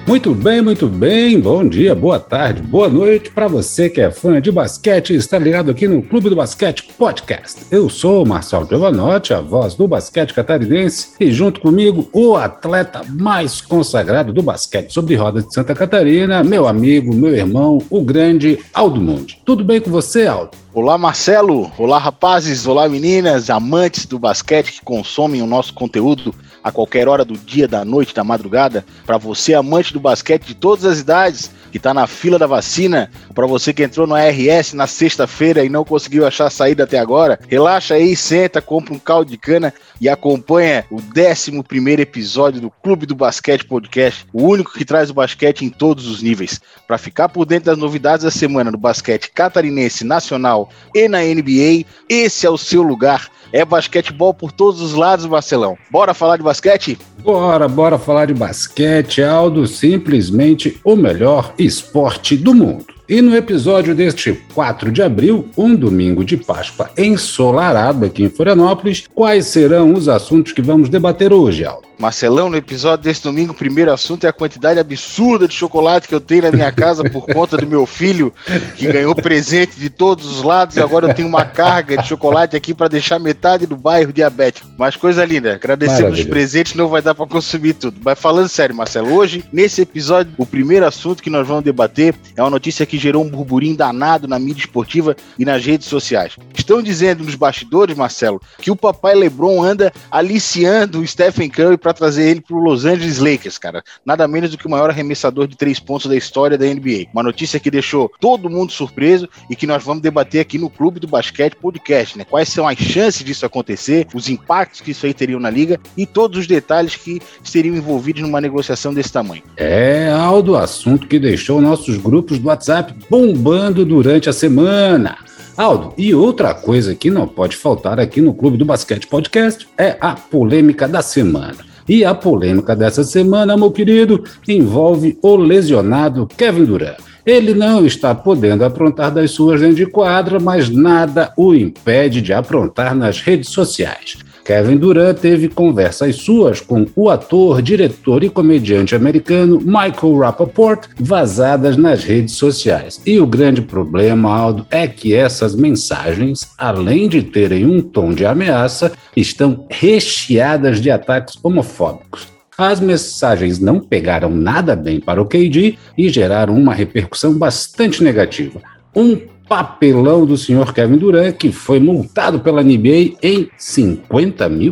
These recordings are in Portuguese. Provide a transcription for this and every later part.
Muito bem. Bom dia, boa tarde, boa noite para você que é fã de basquete e está ligado aqui no Clube do Basquete Podcast. Eu sou o Marcelo Giovanotti, a voz do basquete catarinense, e junto comigo o atleta mais consagrado do basquete sobre rodas de Santa Catarina, meu amigo, meu irmão, o grande Aldo Mundi. Tudo bem com você, Aldo? Olá, Marcelo. Olá, rapazes. Olá, meninas, amantes do basquete que consomem o nosso conteúdo a qualquer hora do dia, da noite, da madrugada. Para você, amante do basquete de todas as idades, que está na fila da vacina, para você que entrou no ARS na sexta-feira e não conseguiu achar a saída até agora, relaxa aí, senta, compra um caldo de cana e acompanha o 11º episódio do Clube do Basquete Podcast, o único que traz o basquete em todos os níveis. Para ficar por dentro das novidades da semana do basquete catarinense, nacional e na NBA, esse é o seu lugar. É basquetebol por todos os lados, Marcelão. Bora falar de basquete? Bora falar de basquete, Aldo, simplesmente o melhor esporte do mundo. E no episódio deste 4 de abril, um domingo de Páscoa ensolarado aqui em Florianópolis, quais serão os assuntos que vamos debater hoje, Aldo? Marcelão, no episódio desse domingo, o primeiro assunto é a quantidade absurda de chocolate que eu tenho na minha casa por conta do meu filho, que ganhou presente de todos os lados, e agora eu tenho uma carga de chocolate aqui para deixar metade do bairro diabético. Mas coisa linda, agradecemos os presentes, não vai dar para consumir tudo. Mas falando sério, Marcelo, hoje, nesse episódio, o primeiro assunto que nós vamos debater é uma notícia que gerou um burburinho danado na mídia esportiva e nas redes sociais. Estão dizendo nos bastidores, Marcelo, que o papai LeBron anda aliciando o Stephen Curry para trazer ele para o Los Angeles Lakers, cara. Nada menos do que o maior arremessador de 3 pontos da história da NBA. Uma notícia que deixou todo mundo surpreso e que nós vamos debater aqui no Clube do Basquete Podcast, né? Quais são as chances disso acontecer, os impactos que isso aí teriam na liga e todos os detalhes que seriam envolvidos numa negociação desse tamanho. É, Aldo, assunto que deixou nossos grupos do WhatsApp bombando durante a semana. Aldo, e outra coisa que não pode faltar aqui no Clube do Basquete Podcast é a polêmica da semana. E a polêmica dessa semana, meu querido, envolve o lesionado Kevin Durant. Ele não está podendo aprontar das suas dentro de quadra, mas nada o impede de aprontar nas redes sociais. Kevin Durant teve conversas suas com o ator, diretor e comediante americano Michael Rapaport vazadas nas redes sociais. E o grande problema, Aldo, é que essas mensagens, além de terem um tom de ameaça, estão recheadas de ataques homofóbicos. As mensagens não pegaram nada bem para o KD e geraram uma repercussão bastante negativa. Um papelão do senhor Kevin Durant, que foi multado pela NBA em $50 mil.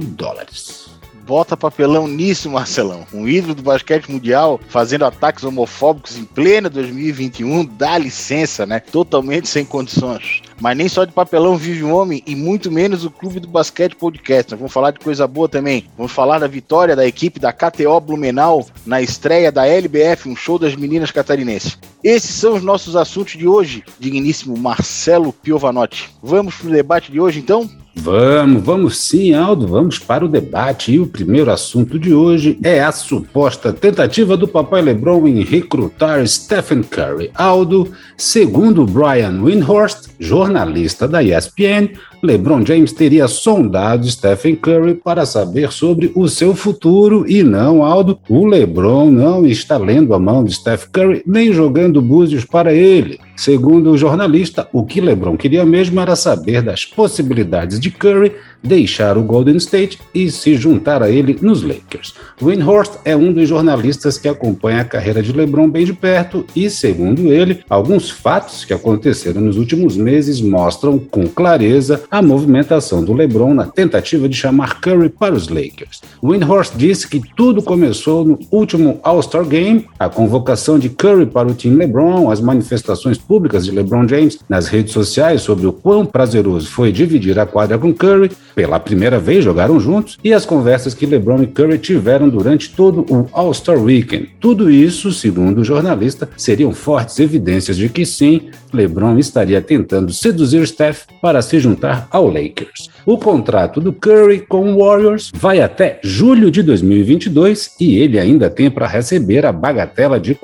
Bota papelão nisso, Marcelão. Um ídolo do basquete mundial fazendo ataques homofóbicos em pleno 2021, dá licença, né? Totalmente sem condições. Mas nem só de papelão vive um homem e muito menos o Clube do Basquete Podcast. Nós vamos falar de coisa boa também. Vamos falar da vitória da equipe da KTO Blumenau na estreia da LBF, um show das meninas catarinenses. Esses são os nossos assuntos de hoje, digníssimo Marcelo Giovanotti. Vamos pro debate de hoje, então? Vamos sim, Aldo, vamos para o debate. E o primeiro assunto de hoje é a suposta tentativa do papai LeBron em recrutar Stephen Curry. Aldo, segundo Brian Windhorst, jornalista da ESPN, LeBron James teria sondado Stephen Curry para saber sobre o seu futuro e não, Aldo, o LeBron não está lendo a mão de Steph Curry nem jogando búzios para ele. Segundo o jornalista, o que LeBron queria mesmo era saber das possibilidades de Curry deixar o Golden State e se juntar a ele nos Lakers. Windhorst é um dos jornalistas que acompanha a carreira de LeBron bem de perto e, segundo ele, alguns fatos que aconteceram nos últimos meses mostram com clareza a movimentação do LeBron na tentativa de chamar Curry para os Lakers. Windhorst disse que tudo começou no último All-Star Game, a convocação de Curry para o time LeBron, as manifestações públicas de LeBron James nas redes sociais sobre o quão prazeroso foi dividir a quadra com Curry, pela primeira vez jogaram juntos, e as conversas que LeBron e Curry tiveram durante todo o All-Star Weekend. Tudo isso, segundo o jornalista, seriam fortes evidências de que sim, LeBron estaria tentando seduzir Steph para se juntar ao Lakers. O contrato do Curry com o Warriors vai até julho de 2022 e ele ainda tem para receber a bagatela de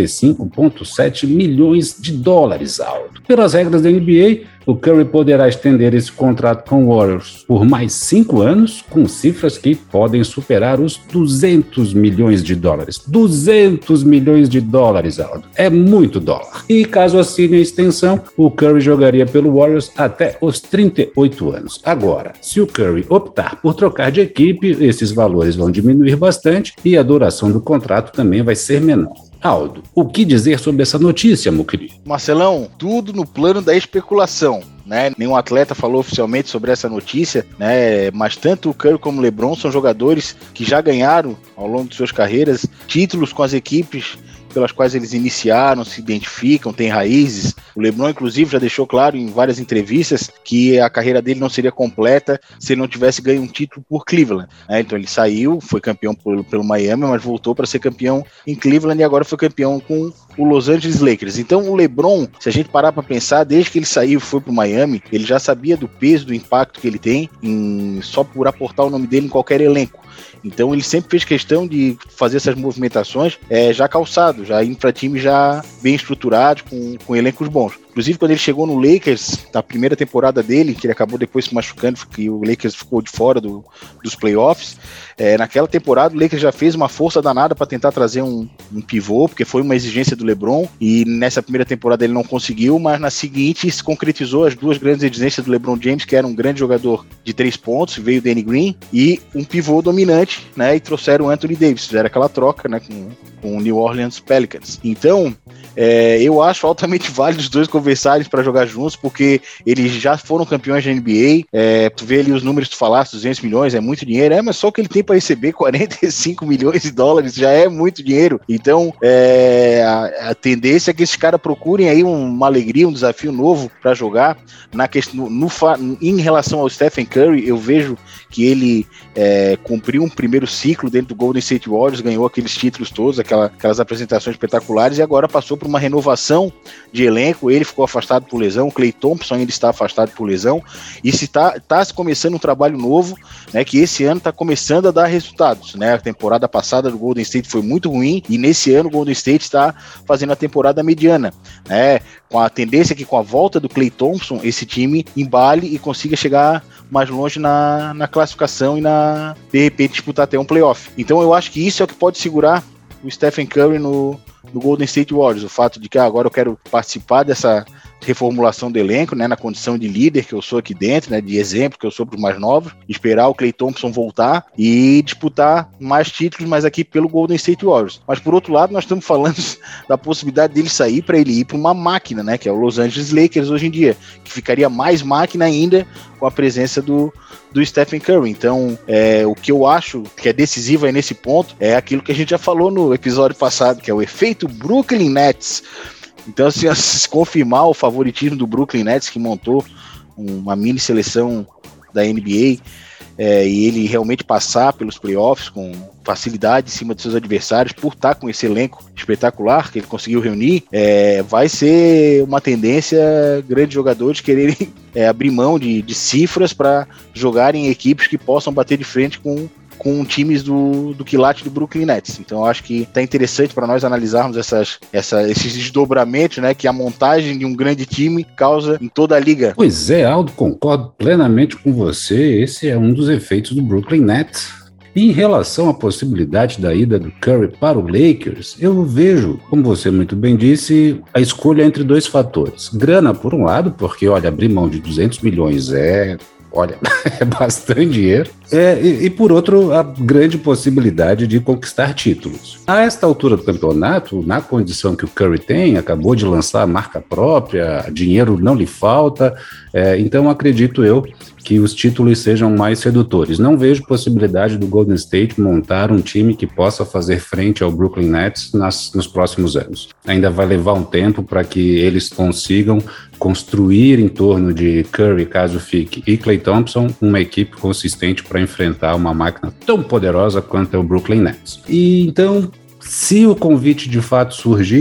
45,7 milhões de dólares, Aldo. Pelas regras da NBA, o Curry poderá estender esse contrato com o Warriors por mais 5 anos, com cifras que podem superar os 200 milhões de dólares. 200 milhões de dólares, Aldo. É muito dólar. E caso assine a extensão, o Curry jogaria pelo Warriors até os 38 anos. Agora, se o Curry optar por trocar de equipe, esses valores vão diminuir bastante e a duração do contrato também vai ser menor. Aldo, o que dizer sobre essa notícia, meu querido? Marcelão, tudo no plano da especulação. Né? Nenhum atleta falou oficialmente sobre essa notícia, né? Mas tanto o Curry como o LeBron são jogadores que já ganharam ao longo de suas carreiras títulos com as equipes pelas quais eles iniciaram, se identificam, têm raízes. O LeBron, inclusive, já deixou claro em várias entrevistas que a carreira dele não seria completa se ele não tivesse ganho um título por Cleveland. Então ele saiu, foi campeão pelo Miami, mas voltou para ser campeão em Cleveland e agora foi campeão com o Los Angeles Lakers. Então o LeBron, se a gente parar para pensar, desde que ele saiu e foi para o Miami, ele já sabia do peso, do impacto que ele tem só por aportar o nome dele em qualquer elenco. Então ele sempre fez questão de fazer essas movimentações já calçado, já indo para times já bem estruturados, com elencos bons. Inclusive, quando ele chegou no Lakers, na primeira temporada dele, que ele acabou depois se machucando, que o Lakers ficou de fora dos playoffs, naquela temporada o Lakers já fez uma força danada para tentar trazer um pivô, porque foi uma exigência do LeBron, e nessa primeira temporada ele não conseguiu, mas na seguinte se concretizou as duas grandes exigências do LeBron James, que era um grande jogador de 3 pontos, veio o Danny Green, e um pivô dominante, né, e trouxeram o Anthony Davis, fizeram aquela troca, né, com o New Orleans Pelicans. Então, eu acho altamente válido os dois conversarem para jogar juntos, porque eles já foram campeões da NBA. Tu vê ali os números que tu falaste, 200 milhões, é muito dinheiro, mas só que ele tem para receber 45 milhões de dólares, já é muito dinheiro. Então, a tendência é que esses caras procurem aí uma alegria, um desafio novo para jogar. Em relação ao Stephen Curry, eu vejo que ele cumpriu um primeiro ciclo dentro do Golden State Warriors, ganhou aqueles títulos todos, aquelas apresentações espetaculares, e agora passou por uma renovação de elenco. Ele ficou afastado por lesão, o Klay Thompson ainda está afastado por lesão, e está se começando um trabalho novo, né, que esse ano está começando a dar resultados, né? A temporada passada do Golden State foi muito ruim, e nesse ano o Golden State está fazendo a temporada mediana, né? Com a tendência que com a volta do Klay Thompson, esse time embale e consiga chegar mais longe na classificação e de repente disputar até um playoff. Então eu acho que isso é o que pode segurar o Stephen Curry no Golden State Warriors, o fato de que agora eu quero participar dessa reformulação do elenco, né, na condição de líder que eu sou aqui dentro, né, de exemplo que eu sou para os mais novos, esperar o Klay Thompson voltar e disputar mais títulos, mas aqui pelo Golden State Warriors. Mas por outro lado, nós estamos falando da possibilidade dele sair para ele ir para uma máquina, né, que é o Los Angeles Lakers hoje em dia, que ficaria mais máquina ainda com a presença do Stephen Curry. Então, o que eu acho que é decisivo aí nesse ponto é aquilo que a gente já falou no episódio passado, que é o efeito Brooklyn Nets. Então, se confirmar o favoritismo do Brooklyn Nets, que montou uma mini seleção da NBA, e ele realmente passar pelos playoffs com facilidade em cima de seus adversários, por estar com esse elenco espetacular que ele conseguiu reunir, vai ser uma tendência grandes jogadores quererem abrir mão de cifras para jogarem em equipes que possam bater de frente com times do quilate do Brooklyn Nets. Então eu acho que está interessante para nós analisarmos esses desdobramentos, né, que a montagem de um grande time causa em toda a liga. Pois é, Aldo, concordo plenamente com você. Esse é um dos efeitos do Brooklyn Nets. E em relação à possibilidade da ida do Curry para o Lakers, eu vejo, como você muito bem disse, a escolha entre dois fatores. Grana, por um lado, porque, olha, abrir mão de 200 milhões é bastante dinheiro. E por outro, a grande possibilidade de conquistar títulos. A esta altura do campeonato, na condição que o Curry tem, acabou de lançar a marca própria, dinheiro não lhe falta, então acredito eu que os títulos sejam mais sedutores. Não vejo possibilidade do Golden State montar um time que possa fazer frente ao Brooklyn Nets nos próximos anos. Ainda vai levar um tempo para que eles consigam construir em torno de Curry, caso fique, e Klay Thompson, uma equipe consistente para enfrentar uma máquina tão poderosa quanto é o Brooklyn Nets. E então, se o convite de fato surgir,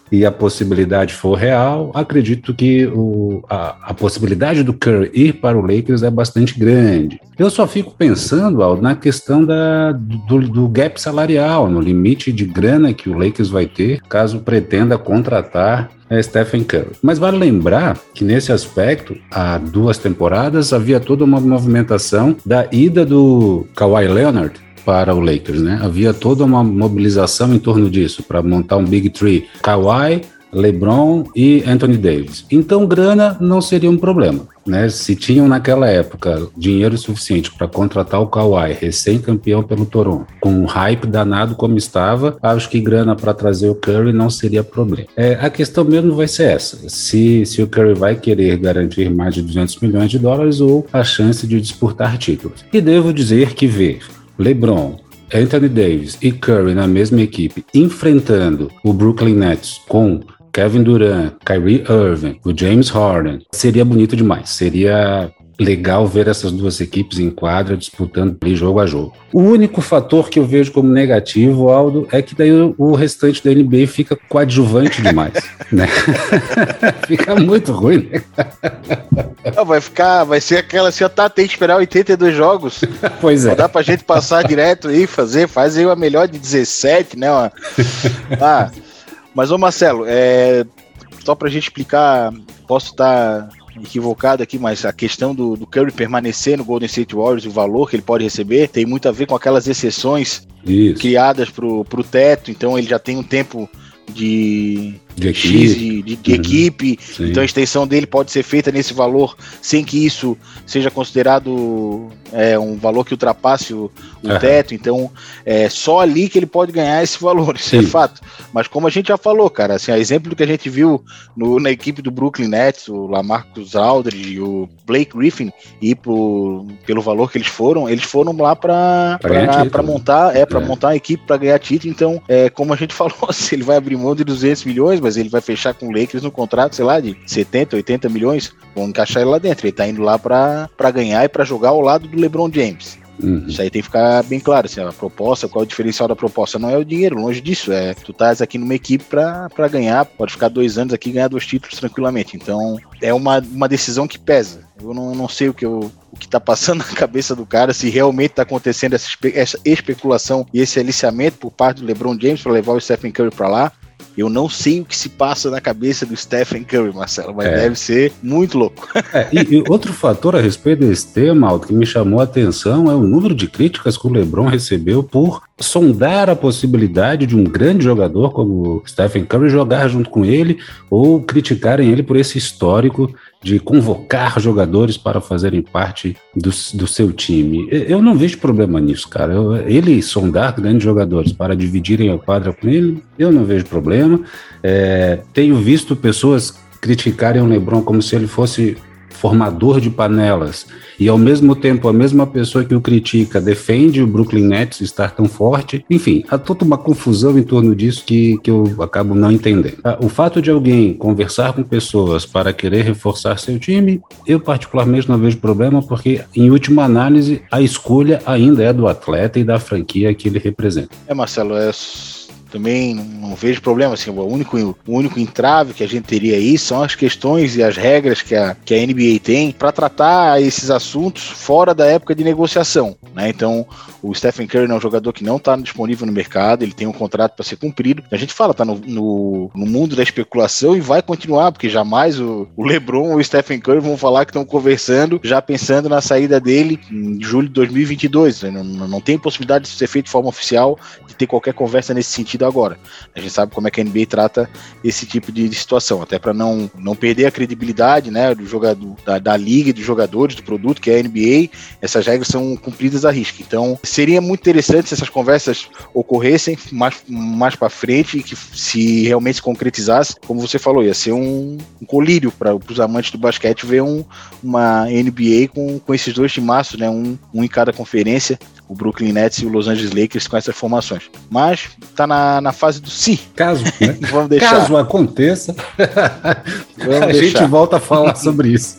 e a possibilidade for real, acredito que a possibilidade do Curry ir para o Lakers é bastante grande. Eu só fico pensando, Aldo, na questão do gap salarial, no limite de grana que o Lakers vai ter caso pretenda contratar Stephen Curry. Mas vale lembrar que nesse aspecto, há 2 temporadas, havia toda uma movimentação da ida do Kawhi Leonard para o Lakers, né? Havia toda uma mobilização em torno disso, para montar um Big Three, Kawhi, LeBron e Anthony Davis. Então, grana não seria um problema, né? Se tinham naquela época dinheiro suficiente para contratar o Kawhi, recém-campeão pelo Toronto, com um hype danado como estava, acho que grana para trazer o Curry não seria problema. A questão mesmo vai ser essa, se o Curry vai querer garantir mais de 200 milhões de dólares ou a chance de disputar títulos. E devo dizer que ver LeBron, Anthony Davis e Curry na mesma equipe, enfrentando o Brooklyn Nets com Kevin Durant, Kyrie Irving, o James Harden, seria bonito demais. Seria legal ver essas 2 equipes em quadra disputando jogo a jogo. O único fator que eu vejo como negativo, Aldo, é que daí o restante da NBA fica coadjuvante demais, né? Fica muito ruim, né? Não, vai ser aquela assim, tem que esperar 82 jogos. Pois é. Não dá pra gente passar direto aí, faz aí uma melhor de 17, né? Mas, ô Marcelo, só pra gente explicar, posso estar equivocado aqui, mas a questão do Curry permanecer no Golden State Warriors, o valor que ele pode receber, tem muito a ver com aquelas exceções criadas pro teto, então ele já tem um tempo de equipe, então a extensão dele pode ser feita nesse valor sem que isso seja considerado um valor que ultrapasse o teto, então é só ali que ele pode ganhar esse valor, isso é fato. Mas como a gente já falou, cara, assim, a exemplo do que a gente viu na equipe do Brooklyn Nets, o LaMarcus Aldridge e o Blake Griffin, e pelo valor que eles foram lá para montar montar uma equipe para ganhar título. Então, como a gente falou, se ele vai abrir mão de 200 milhões, mas ele vai fechar com o Lakers no contrato, sei lá, de 70, 80 milhões, vão encaixar ele lá dentro. Ele tá indo lá para ganhar e para jogar ao lado do LeBron James. Isso aí tem que ficar bem claro, assim, a proposta, qual é o diferencial da proposta? Não é o dinheiro, longe disso, tu estás aqui numa equipe para ganhar, pode ficar 2 anos aqui e ganhar 2 títulos tranquilamente, então é uma decisão que pesa. Eu não sei o que tá passando na cabeça do cara, se realmente tá acontecendo essa especulação e esse aliciamento por parte do LeBron James para levar o Stephen Curry para lá. Eu não sei o que se passa na cabeça do Stephen Curry, Marcelo, mas deve ser muito louco. E outro fator a respeito desse tema, Aldo, que me chamou a atenção é o número de críticas que o LeBron recebeu por sondar a possibilidade de um grande jogador como o Stephen Curry jogar junto com ele ou criticarem ele por esse histórico de convocar jogadores para fazerem parte do seu time. Eu não vejo problema nisso, cara. Ele sondar grandes jogadores para dividirem a quadra com ele, eu não vejo problema. Tenho visto pessoas criticarem o LeBron como se ele fosse formador de panelas, e ao mesmo tempo a mesma pessoa que o critica defende o Brooklyn Nets estar tão forte. Enfim, há toda uma confusão em torno disso que eu acabo não entendendo. O fato de alguém conversar com pessoas para querer reforçar seu time, eu particularmente não vejo problema, porque em última análise a escolha ainda é do atleta e da franquia que ele representa. Marcelo, também não vejo problema, assim, o único entrave que a gente teria aí são as questões e as regras que a NBA tem para tratar esses assuntos fora da época de negociação, né? Então, o Stephen Curry é um jogador que não está disponível no mercado, ele tem um contrato para ser cumprido. A gente fala, tá no mundo da especulação e vai continuar, porque jamais o LeBron ou o Stephen Curry vão falar que estão conversando, já pensando na saída dele em julho de 2022. Não tem possibilidade de ser feito de forma oficial, de ter qualquer conversa nesse sentido agora. A gente sabe como é que a NBA trata esse tipo de situação, até para não perder a credibilidade, né, do jogador, da liga, dos jogadores, do produto que é a NBA. Essas regras são cumpridas à risca. Então, seria muito interessante se essas conversas ocorressem mais para frente e que se realmente se concretizasse, como você falou, ia ser um colírio para os amantes do basquete ver uma NBA com esses 2 timaços, né, um em cada conferência. o Brooklyn Nets e o Los Angeles Lakers com essas formações. Mas tá na fase do se. Caso, né? Vamos deixar. Caso aconteça, a gente volta a falar sobre isso.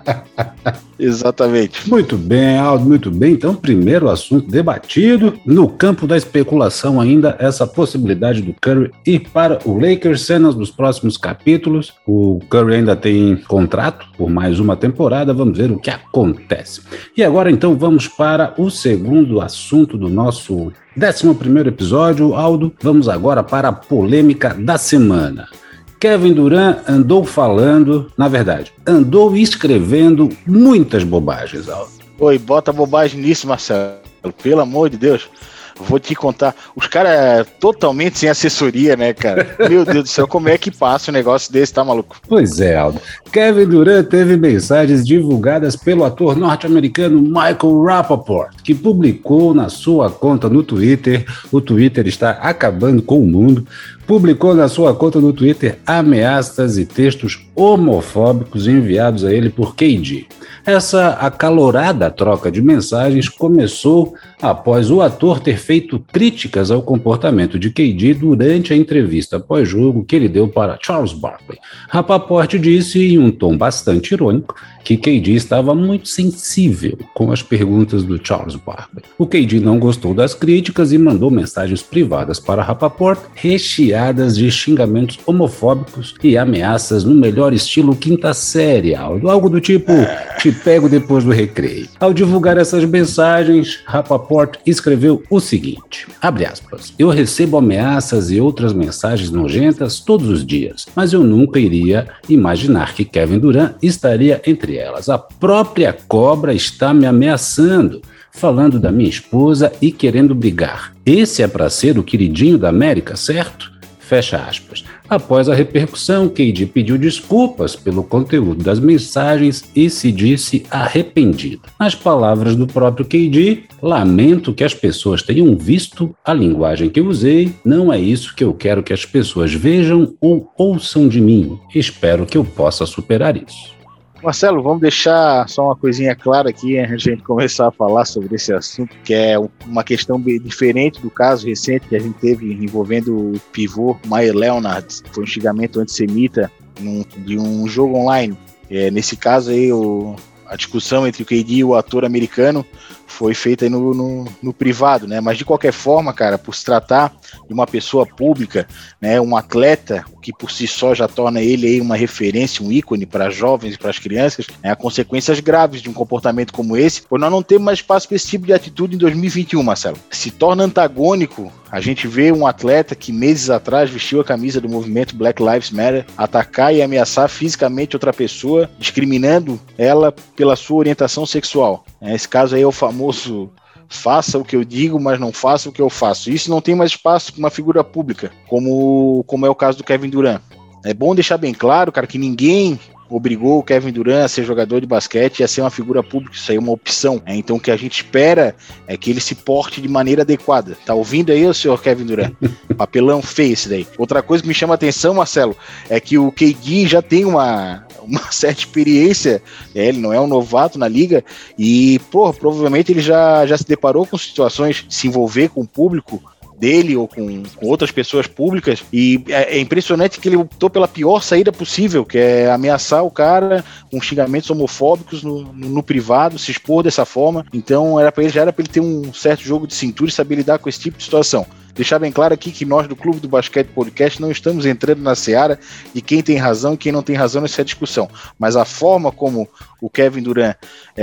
Exatamente. Muito bem, Aldo, muito bem. Então, primeiro assunto debatido. No campo da especulação ainda, essa possibilidade do Curry ir para o Lakers, cenas dos próximos capítulos. O Curry ainda tem contrato por mais uma temporada, vamos ver o que acontece. E agora, então, vamos para o segundo assunto do nosso 11º episódio. Aldo, vamos agora para a polêmica da semana. Kevin Durant andou falando, na verdade, andou escrevendo muitas bobagens, Aldo. Oi, bota bobagem nisso, Marcelo. Pelo amor de Deus. Vou te contar. Os caras totalmente sem assessoria, né, cara? Meu Deus do céu, como é que passa um negócio desse, tá maluco? Pois é, Aldo. Kevin Durant teve mensagens divulgadas pelo ator norte-americano Michael Rapaport, que publicou na sua conta no Twitter. O Twitter está acabando com o mundo. Publicou na sua conta no Twitter ameaças e textos homofóbicos enviados a ele por KD. Essa acalorada troca de mensagens começou após o ator ter feito críticas ao comportamento de KD durante a entrevista pós-jogo que ele deu para Charles Barkley. Rapaport disse, em um tom bastante irônico, que KD estava muito sensível com as perguntas do Charles Barkley. O KD não gostou das críticas e mandou mensagens privadas para Rapaport, recheadas de xingamentos homofóbicos e ameaças no melhor estilo quinta série, algo do tipo, te pego depois do recreio. Ao divulgar essas mensagens, Rapaport escreveu o seguinte, abre aspas, eu recebo ameaças e outras mensagens nojentas todos os dias, mas eu nunca iria imaginar que Kevin Durant estaria entre elas. A própria cobra está me ameaçando, falando da minha esposa e querendo brigar. Esse é para ser o queridinho da América, certo? Fecha aspas. Após a repercussão, KD pediu desculpas pelo conteúdo das mensagens e se disse arrependido. Nas palavras do próprio KD, lamento que as pessoas tenham visto a linguagem que usei, não é isso que eu quero que as pessoas vejam ou ouçam de mim. Espero que eu possa superar isso. Marcelo, vamos deixar só uma coisinha clara aqui antes de a gente começar a falar sobre esse assunto, que é uma questão bem diferente do caso recente que a gente teve envolvendo o pivô Meyers Leonard, que foi um xingamento antissemita de um jogo online. Nesse caso aí, a discussão entre o KD e o ator americano foi feita aí no privado, né? Mas de qualquer forma, cara, por se tratar de uma pessoa pública, né, um atleta, que por si só já torna ele aí uma referência, um ícone para jovens e para as crianças, né, há consequências graves de um comportamento como esse, pois nós não temos mais espaço para esse tipo de atitude em 2021, Marcelo. Se torna antagônico a gente vê um atleta que meses atrás vestiu a camisa do movimento Black Lives Matter atacar e ameaçar fisicamente outra pessoa, discriminando ela pela sua orientação sexual. Esse caso aí é o famoso faça o que eu digo, mas não faça o que eu faço. Isso não tem mais espaço para uma figura pública, como é o caso do Kevin Durant. É bom deixar bem claro, cara, que ninguém obrigou o Kevin Durant a ser jogador de basquete e a ser uma figura pública. Isso aí é uma opção. Então o que a gente espera é que ele se porte de maneira adequada. Tá ouvindo aí, o senhor Kevin Durant? Papelão feio esse daí. Outra coisa que me chama a atenção, Marcelo, é que o KD já tem uma certa experiência, ele não é um novato na liga e, provavelmente ele já se deparou com situações de se envolver com o público dele ou com outras pessoas públicas, e é impressionante que ele optou pela pior saída possível, que é ameaçar o cara com xingamentos homofóbicos no privado, se expor dessa forma. Então já era para ele ter um certo jogo de cintura e saber lidar com esse tipo de situação. Deixar bem claro aqui que nós do Clube do Basquete Podcast não estamos entrando na seara de quem tem razão e quem não tem razão nessa discussão, mas a forma como o Kevin Durant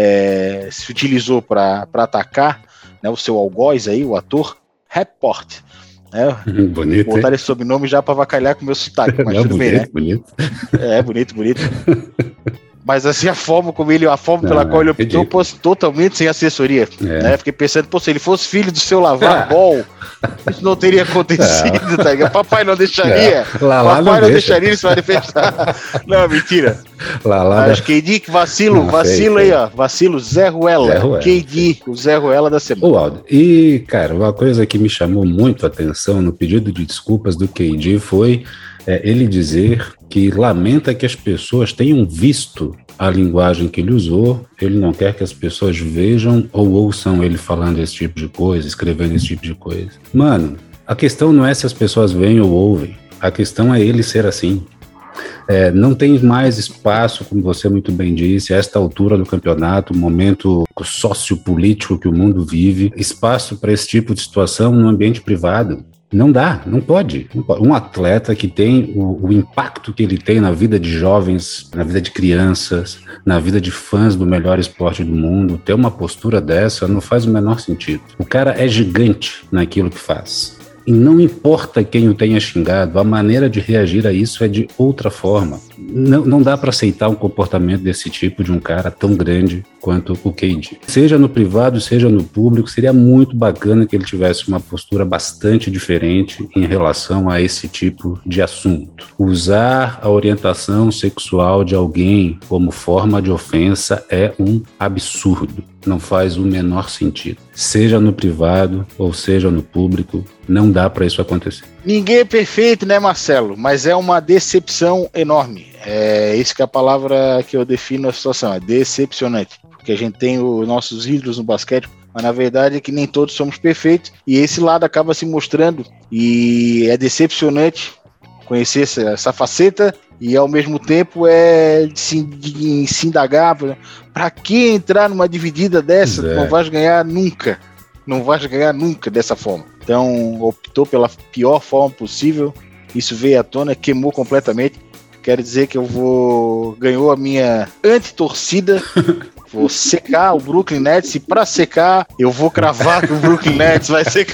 se utilizou para atacar, né, o seu algoz aí, o ator Rapaport, bonito, botar esse sobrenome já para avacalhar com o meu sotaque, mas tudo bem, né? Bonito. Bonito. Mas assim, a forma pela qual ele optou, totalmente sem assessoria. Né? Fiquei pensando, se ele fosse filho do seu Lavar-Ball, isso não teria acontecido, tá ligado? Papai não deixaria. Papai não deixaria ele se manifestar. Não, mentira. Mas KD, que vacilo aí, ó. Vacilo, Zé Ruela. KD, o Zé Ruela da semana. Aldo, e, cara, uma coisa que me chamou muito a atenção no pedido de desculpas do KD foi ele dizer que lamenta que as pessoas tenham visto a linguagem que ele usou, ele não quer que as pessoas vejam ou ouçam ele falando esse tipo de coisa, escrevendo esse tipo de coisa. Mano, a questão não é se as pessoas veem ou ouvem, a questão é ele ser assim. Não tem mais espaço, como você muito bem disse, a esta altura do campeonato, o momento sociopolítico que o mundo vive, espaço para esse tipo de situação no ambiente privado. Não dá, não pode. Um atleta que tem o impacto que ele tem na vida de jovens, na vida de crianças, na vida de fãs do melhor esporte do mundo, ter uma postura dessa não faz o menor sentido. O cara é gigante naquilo que faz. E não importa quem o tenha xingado, a maneira de reagir a isso é de outra forma. Não dá para aceitar um comportamento desse tipo de um cara tão grande quanto o KD. Seja no privado, seja no público, seria muito bacana que ele tivesse uma postura bastante diferente em relação a esse tipo de assunto. Usar a orientação sexual de alguém como forma de ofensa é um absurdo. Não faz o menor sentido. Seja no privado ou seja no público, não dá para isso acontecer. Ninguém é perfeito, né, Marcelo? Mas é uma decepção enorme. É isso que é a palavra que eu defino a situação, é decepcionante. Porque a gente tem os nossos ídolos no basquete, mas na verdade é que nem todos somos perfeitos, e esse lado acaba se mostrando, e é decepcionante conhecer essa faceta, e ao mesmo tempo de se indagar, para que entrar numa dividida dessa? Não vais ganhar nunca. Não vais ganhar nunca dessa forma. Então optou pela pior forma possível, isso veio à tona, queimou completamente. Quero dizer que ganhou a minha anti-torcida. Vou secar o Brooklyn Nets, e para secar, eu vou cravar que o Brooklyn Nets vai ser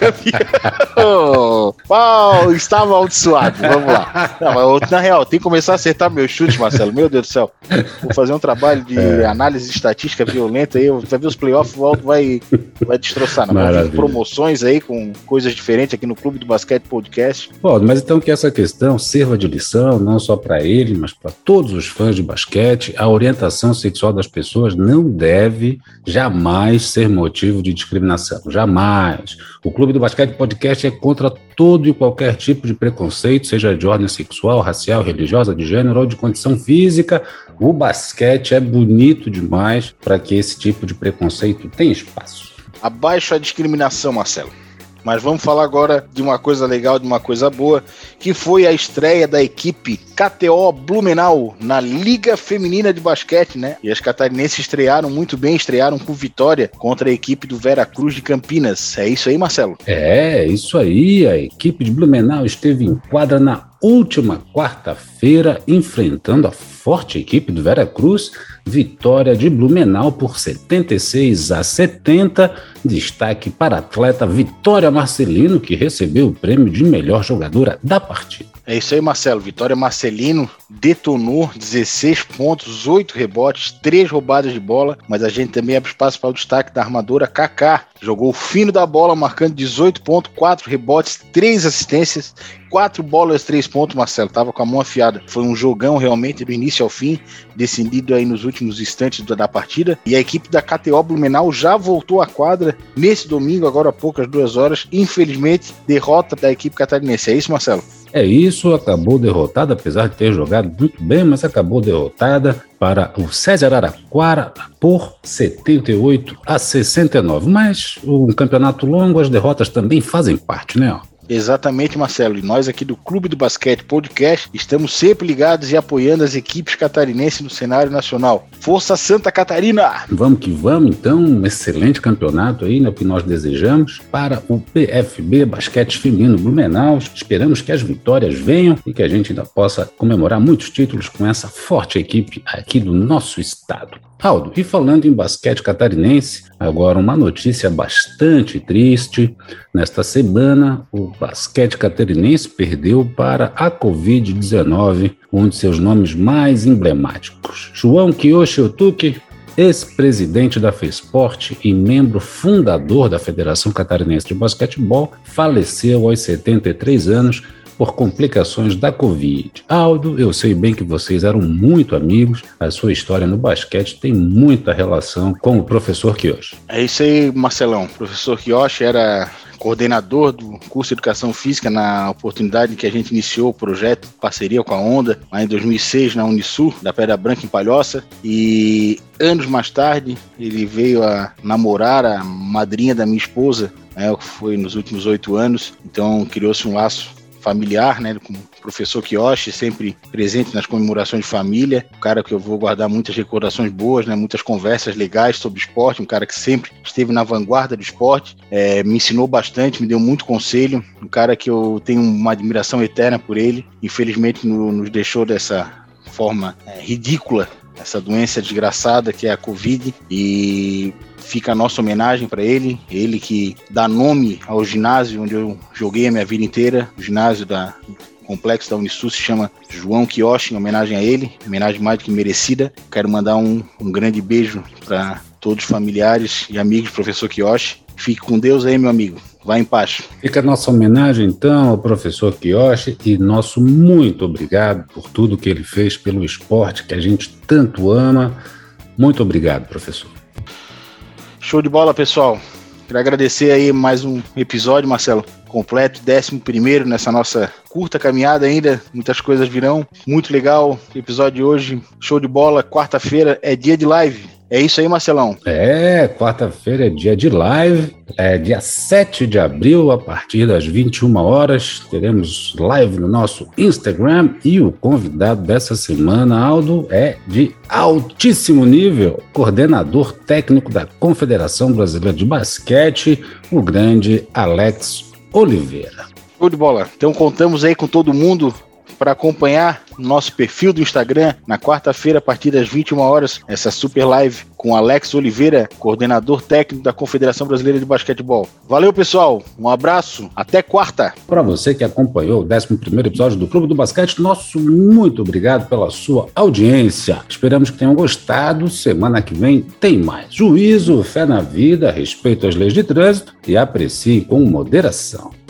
campeão. Pau, está amaldiçoado. Vamos lá. Não, mas, na real, tem que começar a acertar meus chutes, Marcelo. Meu Deus do céu. Vou fazer um trabalho de análise de estatística violenta aí. Vai ver os playoffs, o Aldo vai destroçar. Vamos ver promoções aí com coisas diferentes aqui no Clube do Basquete Podcast. Pô, mas então que essa questão sirva de lição, não só para ele, mas para todos os fãs de basquete. A orientação sexual das pessoas não deve jamais ser motivo de discriminação, jamais. O Clube do Basquete Podcast é contra todo e qualquer tipo de preconceito, seja de ordem sexual, racial, religiosa, de gênero ou de condição física. O basquete é bonito demais para que esse tipo de preconceito tenha espaço. Abaixo a discriminação, Marcelo. Mas vamos falar agora de uma coisa legal, de uma coisa boa, que foi a estreia da equipe KTO Blumenau na Liga Feminina de Basquete, né? E as catarinenses estrearam muito bem, estrearam com vitória contra a equipe do Veracruz de Campinas. É isso aí, Marcelo? É isso aí. A equipe de Blumenau esteve em quadra na última quarta-feira, enfrentando a forte equipe do Veracruz. Vitória de Blumenau por 76-70. Destaque para a atleta Vitória Marcelino, que recebeu o prêmio de melhor jogadora da partida. É isso aí, Marcelo. Vitória Marcelino detonou 16 pontos, 8 rebotes, 3 roubadas de bola, mas a gente também abre espaço para o destaque da armadora Kaká. Jogou o fino da bola, marcando 18 pontos, 4 rebotes, 3 assistências, 4 bolas, 3 pontos, Marcelo. Tava com a mão afiada. Foi um jogão realmente do início ao fim, decidido aí nos últimos instantes da partida. E a equipe da KTO Blumenau já voltou à quadra nesse domingo, agora há poucas 2 horas. Infelizmente, derrota da equipe catarinense. É isso, Marcelo? É isso, acabou derrotada, apesar de ter jogado muito bem, mas acabou derrotada para o César Araraquara por 78-69. Mas um campeonato longo, as derrotas também fazem parte, né? Exatamente, Marcelo. E nós aqui do Clube do Basquete Podcast estamos sempre ligados e apoiando as equipes catarinenses no cenário nacional. Força Santa Catarina! Vamos que vamos, então. Um excelente campeonato aí, né, o que nós desejamos para o PFB Basquete Feminino Blumenau. Esperamos que as vitórias venham e que a gente ainda possa comemorar muitos títulos com essa forte equipe aqui do nosso estado. Aldo, e falando em basquete catarinense, agora uma notícia bastante triste. Nesta semana, o basquete catarinense perdeu para a Covid-19 um de seus nomes mais emblemáticos. João Kiyoshi Otuki, ex-presidente da FESPORT e membro fundador da Federação Catarinense de Basquetebol, faleceu aos 73 anos por complicações da Covid. Aldo, eu sei bem que vocês eram muito amigos, a sua história no basquete tem muita relação com o professor Kiyoshi. É isso aí, Marcelão. O professor Kiyoshi era coordenador do curso de Educação Física na oportunidade em que a gente iniciou o projeto, parceria com a Onda, lá em 2006 na Unisul, da Pedra Branca em Palhoça, e anos mais tarde ele veio a namorar a madrinha da minha esposa, né, que foi nos últimos 8 anos, então criou-se um laço familiar, né, com o professor Kiyoshi, sempre presente nas comemorações de família, um cara que eu vou guardar muitas recordações boas, né, muitas conversas legais sobre esporte, um cara que sempre esteve na vanguarda do esporte, me ensinou bastante, me deu muito conselho, um cara que eu tenho uma admiração eterna por ele, infelizmente nos deixou dessa forma ridícula, essa doença desgraçada que é a Covid, e fica a nossa homenagem para ele que dá nome ao ginásio onde eu joguei a minha vida inteira, o ginásio do complexo da Unisul se chama João Kiyoshi, em homenagem a ele, homenagem mais do que merecida. Quero mandar um grande beijo para todos os familiares e amigos do professor Kiyoshi. Fique com Deus aí, meu amigo. Vai em paz. Fica a nossa homenagem, então, ao professor Kiyoshi e nosso muito obrigado por tudo que ele fez pelo esporte que a gente tanto ama. Muito obrigado, professor. Show de bola, pessoal. Quero agradecer aí mais um episódio, Marcelo, completo, 11º nessa nossa curta caminhada ainda. Muitas coisas virão. Muito legal. Episódio de hoje, show de bola. Quarta-feira é dia de live. É isso aí, Marcelão? Quarta-feira é dia de live, dia 7 de abril, a partir das 21 horas, teremos live no nosso Instagram e o convidado dessa semana, Aldo, é de altíssimo nível, coordenador técnico da Confederação Brasileira de Basquete, o grande Alex Oliveira. Show de bola. Então contamos aí com todo mundo para acompanhar nosso perfil do Instagram na quarta-feira, a partir das 21 horas, essa super live com Alex Oliveira, coordenador técnico da Confederação Brasileira de Basquetebol. Valeu, pessoal. Um abraço. Até quarta. Para você que acompanhou o 11º episódio do Clube do Basquete, nosso muito obrigado pela sua audiência. Esperamos que tenham gostado. Semana que vem tem mais. Juízo, fé na vida, respeito às leis de trânsito e aprecie com moderação.